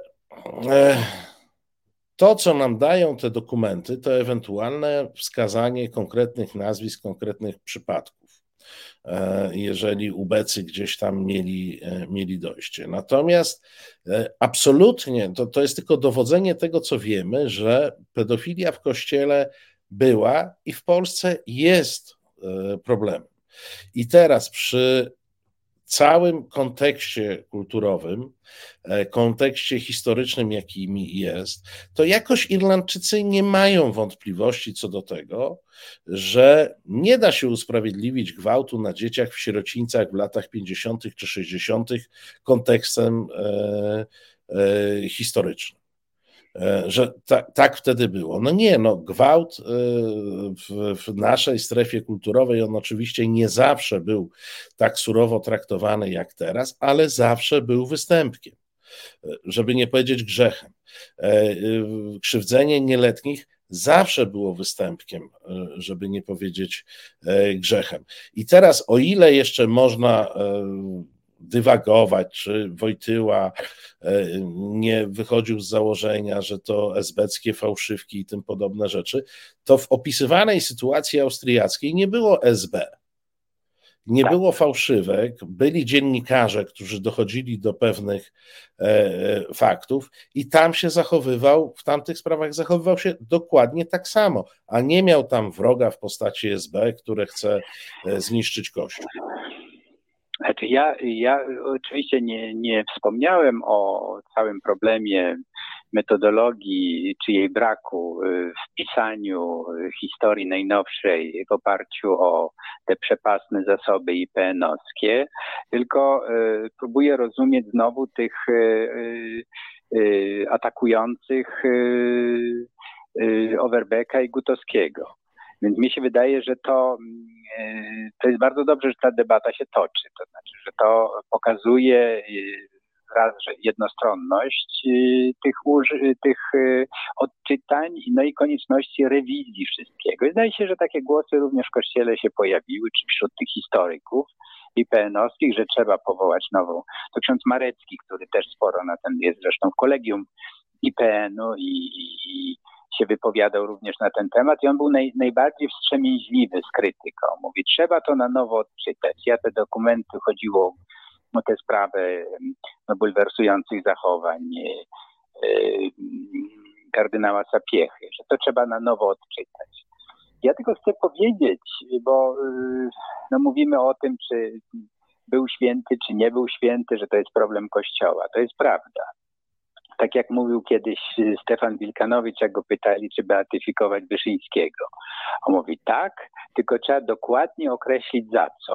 to, co nam dają te dokumenty, to ewentualne wskazanie konkretnych nazwisk, konkretnych przypadków, jeżeli ubecy gdzieś tam mieli, mieli dojście. Natomiast absolutnie to, to jest tylko dowodzenie tego, co wiemy, że pedofilia w Kościele była i w Polsce jest problemem. I teraz przy całym kontekście kulturowym, kontekście historycznym, jakim jest, to jakoś Irlandczycy nie mają wątpliwości co do tego, że nie da się usprawiedliwić gwałtu na dzieciach w sierocińcach w latach pięćdziesiątych czy sześćdziesiątych kontekstem e, e, historycznym. że ta, tak wtedy było. No nie, no gwałt w, w naszej strefie kulturowej, on oczywiście nie zawsze był tak surowo traktowany jak teraz, ale zawsze był występkiem, żeby nie powiedzieć grzechem. Krzywdzenie nieletnich zawsze było występkiem, żeby nie powiedzieć grzechem. I teraz, o ile jeszcze można dywagować, czy Wojtyła nie wychodził z założenia, że to esbeckie fałszywki i tym podobne rzeczy, to w opisywanej sytuacji austriackiej nie było S B. Nie było fałszywek, byli dziennikarze, którzy dochodzili do pewnych e, faktów i tam się zachowywał, w tamtych sprawach zachowywał się dokładnie tak samo, a nie miał tam wroga w postaci S B, które chce e, zniszczyć Kościół. Znaczy ja, ja oczywiście nie, nie wspomniałem o całym problemie metodologii czy jej braku w pisaniu historii najnowszej w oparciu o te przepastne zasoby I P N-owskie, tylko próbuję rozumieć znowu tych atakujących Overbecka i Gutowskiego. Więc mi się wydaje, że to, to jest bardzo dobrze, że ta debata się toczy. To znaczy, że to pokazuje raz, że jednostronność tych, tych odczytań, no i konieczności rewizji wszystkiego. I zdaje się, że takie głosy również w Kościele się pojawiły, czy wśród tych historyków I P N-owskich, że trzeba powołać nową. To ksiądz Marecki, który też sporo na ten jest zresztą w kolegium I P N-u i, i, i się wypowiadał również na ten temat i on był naj, najbardziej wstrzemięźliwy z krytyką. Mówi, trzeba to na nowo odczytać. Ja te dokumenty, chodziło o tę sprawę no, bulwersujących zachowań e, kardynała Sapiechy, że to trzeba na nowo odczytać. Ja tylko chcę powiedzieć, bo no, mówimy o tym, czy był święty, czy nie był święty, że to jest problem Kościoła. To jest prawda. Tak jak mówił kiedyś Stefan Wilkanowicz, jak go pytali, czy beatyfikować Wyszyńskiego. On mówi tak, tylko trzeba dokładnie określić za co.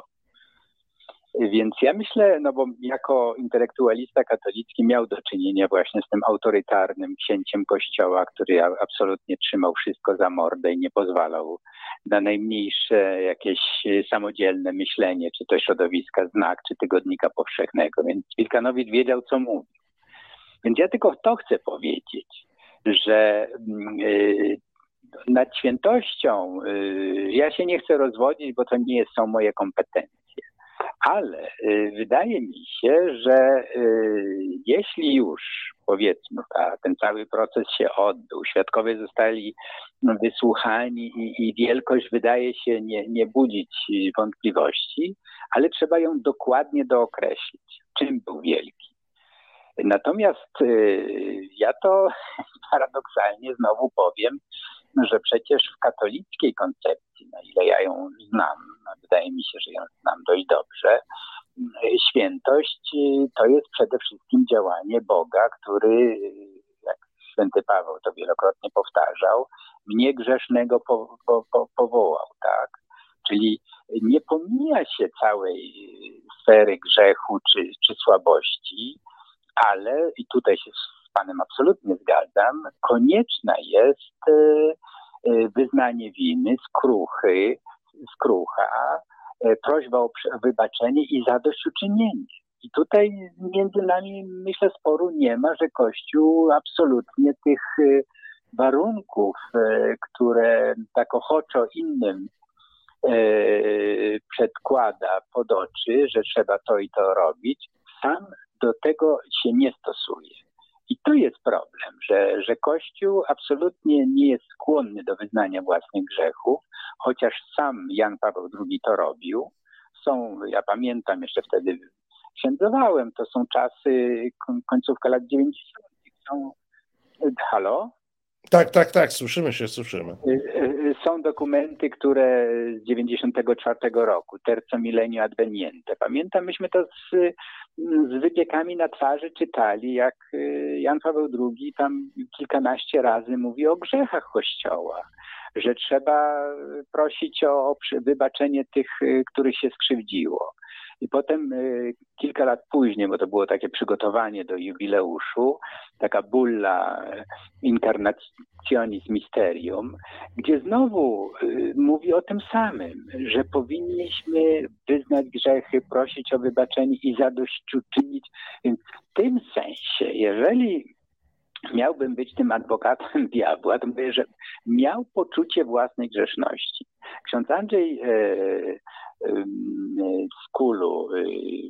Więc ja myślę, no bo jako intelektualista katolicki miał do czynienia właśnie z tym autorytarnym księciem Kościoła, który absolutnie trzymał wszystko za mordę i nie pozwalał na najmniejsze jakieś samodzielne myślenie, czy to środowiska Znak, czy Tygodnika Powszechnego. Więc Wilkanowicz wiedział, co mówi. Więc ja tylko to chcę powiedzieć, że yy, nad świętością yy, ja się nie chcę rozwodzić, bo to nie są moje kompetencje. Ale yy, wydaje mi się, że yy, jeśli już, powiedzmy, a ten cały proces się odbył, świadkowie zostali wysłuchani i, i wielkość wydaje się nie, nie budzić wątpliwości, ale trzeba ją dokładnie dookreślić, czym był wielki. Natomiast y, ja to paradoksalnie znowu powiem, że przecież w katolickiej koncepcji, na ile ja ją znam, no wydaje mi się, że ją znam dość dobrze, y, świętość y, to jest przede wszystkim działanie Boga, który, jak święty Paweł to wielokrotnie powtarzał, mnie grzesznego po, po, po, powołał, tak? Czyli nie pomija się całej sfery grzechu czy, czy słabości, ale, i tutaj się z Panem absolutnie zgadzam, konieczna jest wyznanie winy, skruchy, skrucha, prośba o wybaczenie i zadośćuczynienie. I tutaj między nami, myślę, sporu nie ma, że Kościół absolutnie tych warunków, które tak ochoczo innym przedkłada pod oczy, że trzeba to i to robić, sam do tego się nie stosuje. I to jest problem, że, że Kościół absolutnie nie jest skłonny do wyznania własnych grzechów, chociaż sam Jan Paweł drugi to robił. Są, ja pamiętam, jeszcze wtedy księdzowałem, to są czasy, końcówka lat dziewięćdziesiątych. Są, halo? Tak, tak, tak, słyszymy się, słyszymy. Są dokumenty, które z dziewięćdziesiątego czwartego roku, Terzo Millennio Adveniente. Pamiętam, myśmy to z, z wypiekami na twarzy czytali, jak Jan Paweł drugi tam kilkanaście razy mówi o grzechach Kościoła, że trzeba prosić o, o wybaczenie tych, których się skrzywdziło. I potem kilka lat później, bo to było takie przygotowanie do jubileuszu, taka bulla Incarnationis Mysterium, gdzie znowu mówi o tym samym, że powinniśmy wyznać grzechy, prosić o wybaczenie i zadośćuczynić. Więc w tym sensie, jeżeli miałbym być tym adwokatem diabła, to mówię, że miał poczucie własnej grzeszności. Ksiądz Andrzej e, e, z Kulu, e,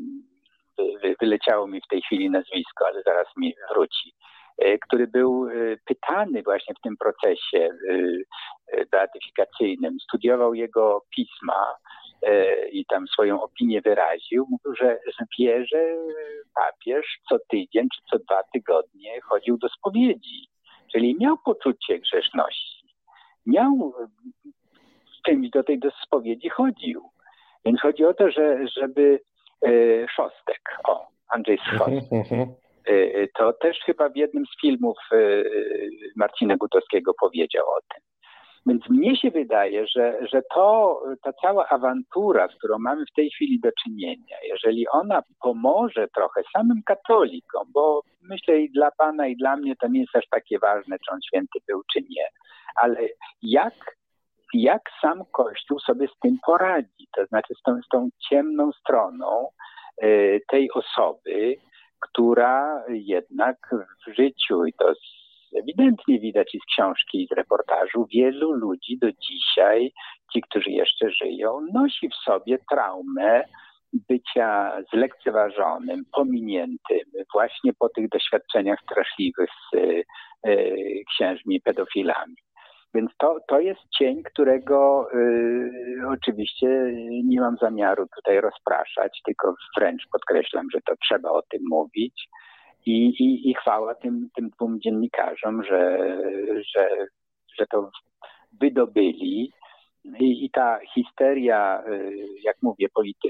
wy, wyleciało mi w tej chwili nazwisko, ale zaraz mi wróci, e, który był e, pytany właśnie w tym procesie e, beatyfikacyjnym, studiował jego pisma e, i tam swoją opinię wyraził. Mówił, że, że wie, że papież co tydzień czy co dwa tygodnie chodził do spowiedzi, czyli miał poczucie grzeszności. Miał czymś do tej do spowiedzi chodził. Więc chodzi o to, że żeby e, Szostek, o, Andrzej Szostek, e, to też chyba w jednym z filmów e, Marcina Gutowskiego powiedział o tym. Więc mnie się wydaje, że, że to, ta cała awantura, z którą mamy w tej chwili do czynienia, jeżeli ona pomoże trochę samym katolikom, bo myślę i dla Pana i dla mnie to nie jest aż takie ważne, czy on święty był, czy nie, ale jak jak sam Kościół sobie z tym poradzi, to znaczy z tą, z tą ciemną stroną y, tej osoby, która jednak w życiu, i to ewidentnie widać i z książki, i z reportażu, wielu ludzi do dzisiaj, ci, którzy jeszcze żyją, nosi w sobie traumę bycia zlekceważonym, pominiętym właśnie po tych doświadczeniach straszliwych z y, y, księżmi pedofilami. Więc to, to jest cień, którego y, oczywiście nie mam zamiaru tutaj rozpraszać, tylko wręcz podkreślam, że to trzeba o tym mówić. I, i, i chwała tym, tym dwóm dziennikarzom, że, że, że to wydobyli. I, i ta histeria, jak mówię,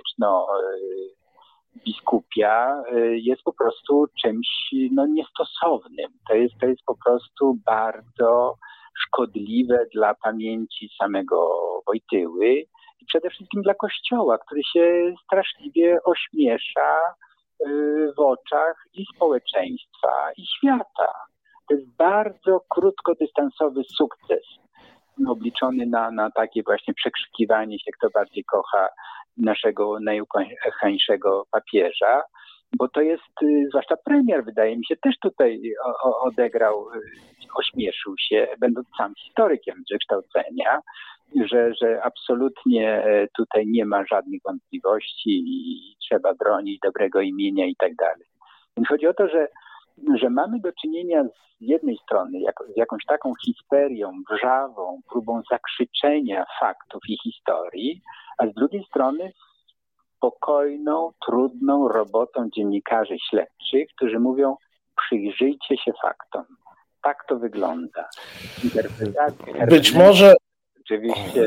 polityczno-biskupia jest po prostu czymś no, niestosownym. To jest, to jest po prostu bardzo szkodliwe dla pamięci samego Wojtyły i przede wszystkim dla Kościoła, który się straszliwie ośmiesza w oczach i społeczeństwa, i świata. To jest bardzo krótkodystansowy sukces, obliczony na, na takie właśnie przekrzykiwanie się, kto bardziej kocha naszego najukochańszego papieża, bo to jest, zwłaszcza premier, wydaje mi się, też tutaj odegrał, ośmieszył się, będąc sam historykiem z wykształcenia, że, że absolutnie tutaj nie ma żadnych wątpliwości i trzeba bronić dobrego imienia i tak dalej. Więc chodzi o to, że, że mamy do czynienia z jednej strony jak, z jakąś taką histerią, wrzawą, próbą zakrzyczenia faktów i historii, a z drugiej strony spokojną, trudną robotą dziennikarzy śledczych, którzy mówią: przyjrzyjcie się faktom. Tak to wygląda. Interpretacja. Być może. Oczywiście.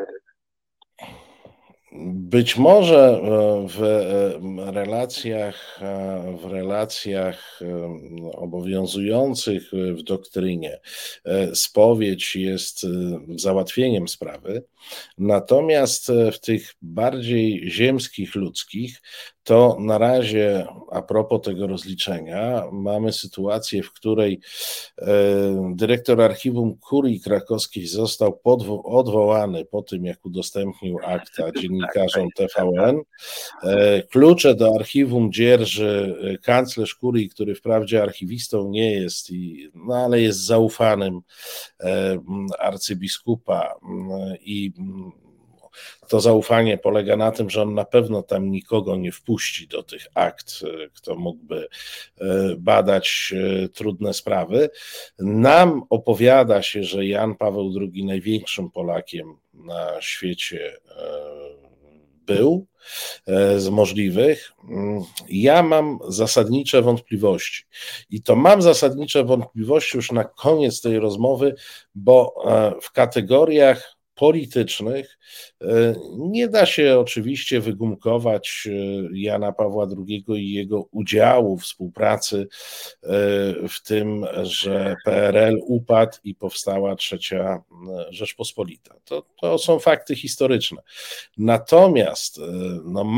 Być może w relacjach, w relacjach obowiązujących w doktrynie spowiedź jest załatwieniem sprawy, natomiast w tych bardziej ziemskich, ludzkich, to na razie a propos tego rozliczenia mamy sytuację, w której dyrektor Archiwum Kurii Krakowskiej został podwo- odwołany po tym, jak udostępnił akta dziennikarzom T V N. Klucze do archiwum dzierży kanclerz Kurii, który wprawdzie archiwistą nie jest, i, no ale jest zaufanym arcybiskupa i to zaufanie polega na tym, że on na pewno tam nikogo nie wpuści do tych akt, kto mógłby badać trudne sprawy. Nam opowiada się, że Jan Paweł drugi największym Polakiem na świecie był z możliwych. Ja mam zasadnicze wątpliwości i to mam zasadnicze wątpliwości już na koniec tej rozmowy, bo w kategoriach politycznych nie da się oczywiście wygumkować Jana Pawła drugiego i jego udziału, współpracy w tym, że P R L upadł i powstała trzecia Rzeczpospolita. To, to są fakty historyczne. Natomiast no, mam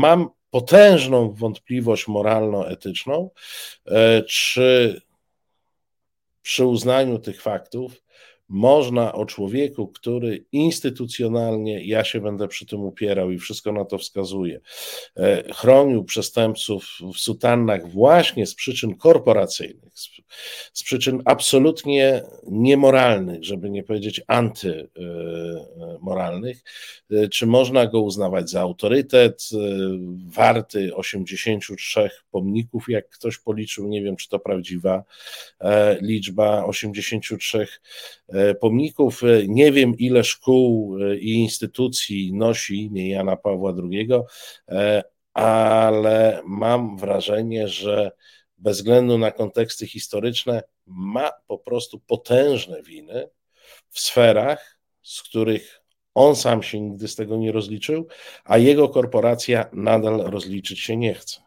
potężną wątpliwość moralno-etyczną, czy przy uznaniu tych faktów można o człowieku, który instytucjonalnie, ja się będę przy tym upierał i wszystko na to wskazuje, chronił przestępców w sutannach właśnie z przyczyn korporacyjnych, z, z przyczyn absolutnie niemoralnych, żeby nie powiedzieć antymoralnych, czy można go uznawać za autorytet warty osiemdziesięciu trzech pomników, jak ktoś policzył, nie wiem, czy to prawdziwa liczba, osiemdziesięciu trzech pomników. Nie wiem, ile szkół i instytucji nosi imię Jana Pawła drugiego, ale mam wrażenie, że bez względu na konteksty historyczne ma po prostu potężne winy w sferach, z których on sam się nigdy z tego nie rozliczył, a jego korporacja nadal rozliczyć się nie chce.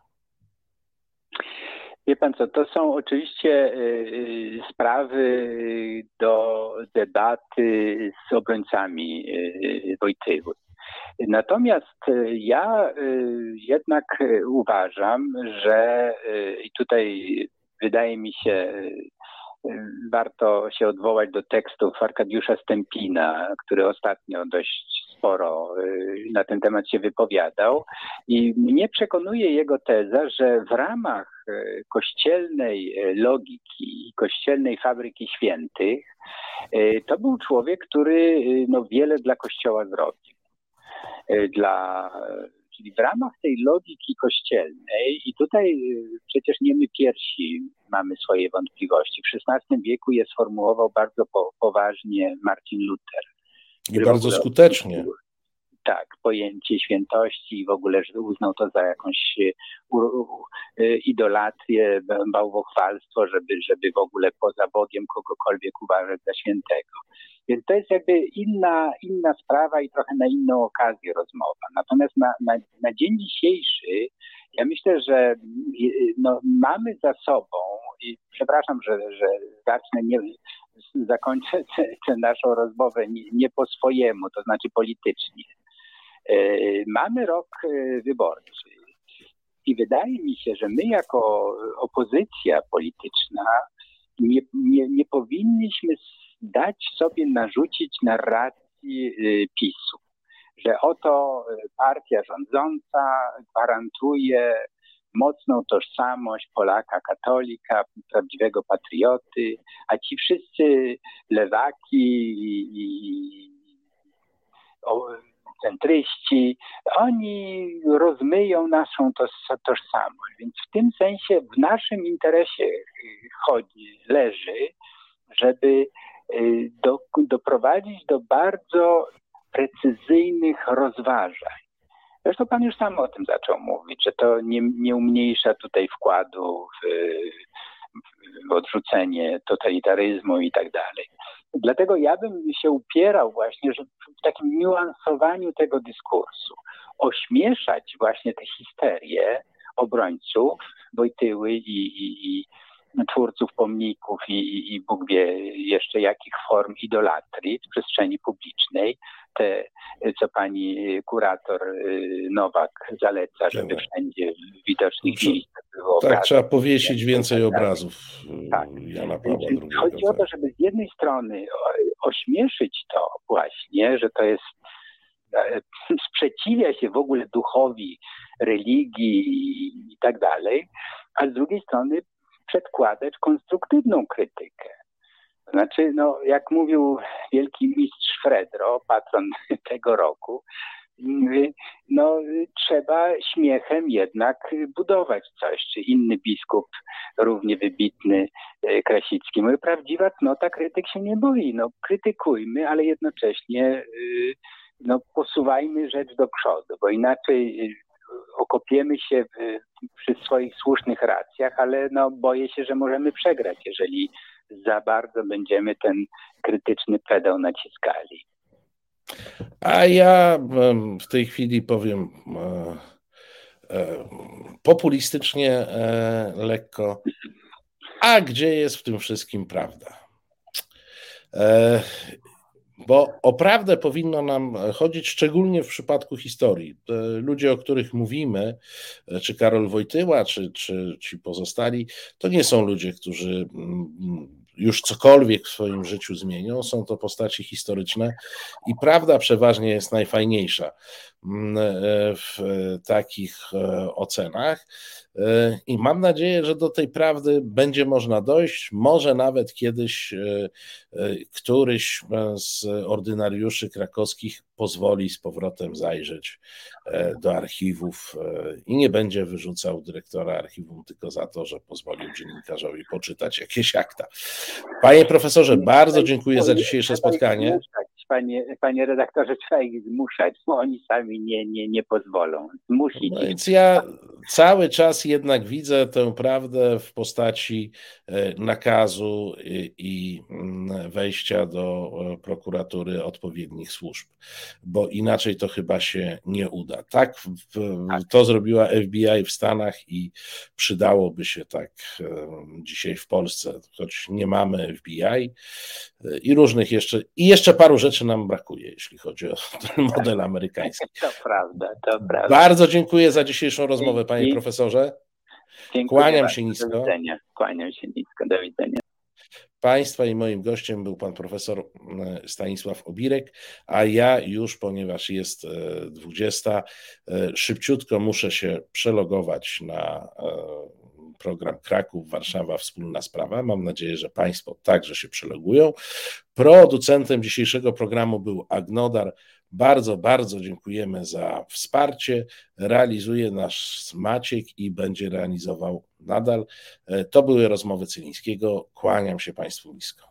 Wie pan co, to są oczywiście sprawy do debaty z obrońcami Wojtyły. Natomiast ja jednak uważam, że i tutaj wydaje mi się, warto się odwołać do tekstów Arkadiusza Stępina, który ostatnio dość sporo na ten temat się wypowiadał i mnie przekonuje jego teza, że w ramach kościelnej logiki, kościelnej fabryki świętych to był człowiek, który no, wiele dla Kościoła zrobił. Dla Czyli w ramach tej logiki kościelnej, i tutaj przecież nie my pierwsi mamy swoje wątpliwości. W szesnastym wieku je sformułował bardzo po, poważnie Marcin Luther. I bardzo skutecznie. Tak, pojęcie świętości i w ogóle że uznał to za jakąś idolatrię, bałwochwalstwo, żeby, żeby w ogóle poza Bogiem kogokolwiek uważać za świętego. Więc to jest jakby inna, inna sprawa i trochę na inną okazję rozmowa. Natomiast na, na, na dzień dzisiejszy ja myślę, że no, mamy za sobą, i przepraszam, że, że zacznę, nie, zakończę tę naszą rozmowę nie, nie po swojemu, to znaczy politycznie. Mamy rok wyborczy i wydaje mi się, że my jako opozycja polityczna nie, nie, nie powinniśmy dać sobie narzucić narracji PiSu, że oto partia rządząca gwarantuje mocną tożsamość Polaka katolika, prawdziwego patrioty, a ci wszyscy lewaki i centryści, oni rozmyją naszą tożsamość. Więc w tym sensie w naszym interesie chodzi, leży, żeby do, doprowadzić do bardzo precyzyjnych rozważań. Zresztą pan już sam o tym zaczął mówić, że to nie, nie umniejsza tutaj wkładu w, w odrzucenie totalitaryzmu i tak dalej. Dlatego ja bym się upierał właśnie, że w takim niuansowaniu tego dyskursu ośmieszać właśnie te histerie obrońców Wojtyły i, i, i twórców pomników i, i, i Bóg wie jeszcze jakich form idolatrii w przestrzeni publicznej, te, co pani kurator Nowak zaleca, żeby wszędzie w widocznych miejscach było tak, obrazów. Trzeba powiesić więcej obrazów tak. Jana Pawła drugiego. Chodzi o to, żeby z jednej strony ośmieszyć to właśnie, że to jest, sprzeciwia się w ogóle duchowi religii i tak dalej, a z drugiej strony przedkładać konstruktywną krytykę. Znaczy, no, jak mówił wielki mistrz Fredro, patron tego roku, no, trzeba śmiechem jednak budować coś, czy inny biskup, równie wybitny, Krasicki. Mówi, prawdziwa cnota krytyk się nie boi. No, krytykujmy, ale jednocześnie no, posuwajmy rzecz do przodu, bo inaczej okopiemy się w, przy swoich słusznych racjach, ale no, boję się, że możemy przegrać, jeżeli za bardzo będziemy ten krytyczny pedał naciskali. A ja w tej chwili powiem populistycznie lekko, a gdzie jest w tym wszystkim prawda? Bo o prawdę powinno nam chodzić, szczególnie w przypadku historii. Ludzie, o których mówimy, czy Karol Wojtyła, czy, czy ci pozostali, to nie są ludzie, którzy już cokolwiek w swoim życiu zmienią. Są to postaci historyczne i prawda przeważnie jest najfajniejsza w takich ocenach. I mam nadzieję, że do tej prawdy będzie można dojść. Może nawet kiedyś któryś z ordynariuszy krakowskich pozwoli z powrotem zajrzeć do archiwów i nie będzie wyrzucał dyrektora archiwum tylko za to, że pozwolił dziennikarzowi poczytać jakieś akta. Panie profesorze, bardzo dziękuję za dzisiejsze spotkanie. Panie, panie redaktorze, trzeba ich zmuszać, bo oni sami nie, nie, nie pozwolą. Zmusić no więc ja cały czas jednak widzę tę prawdę w postaci nakazu i wejścia do prokuratury odpowiednich służb, bo inaczej to chyba się nie uda. Tak, to zrobiła F B I w Stanach i przydałoby się tak dzisiaj w Polsce, choć nie mamy F B I i różnych jeszcze, i jeszcze paru rzeczy nam brakuje, jeśli chodzi o ten model amerykański. To prawda, to prawda. Bardzo dziękuję za dzisiejszą rozmowę, panie I, profesorze. Dziękuję Kłaniam bardzo, się nisko. Do widzenia. Kłaniam się nisko, do widzenia. Państwa i moim gościem był pan profesor Stanisław Obirek, a ja już, ponieważ jest dwudziesta, szybciutko muszę się przelogować na program Kraków, Warszawa, wspólna sprawa. Mam nadzieję, że państwo także się przelogują. Producentem dzisiejszego programu był Agnodar. Bardzo, bardzo dziękujemy za wsparcie. Realizuje nasz Maciek i będzie realizował nadal. To były rozmowy Cylińskiego. Kłaniam się państwu nisko.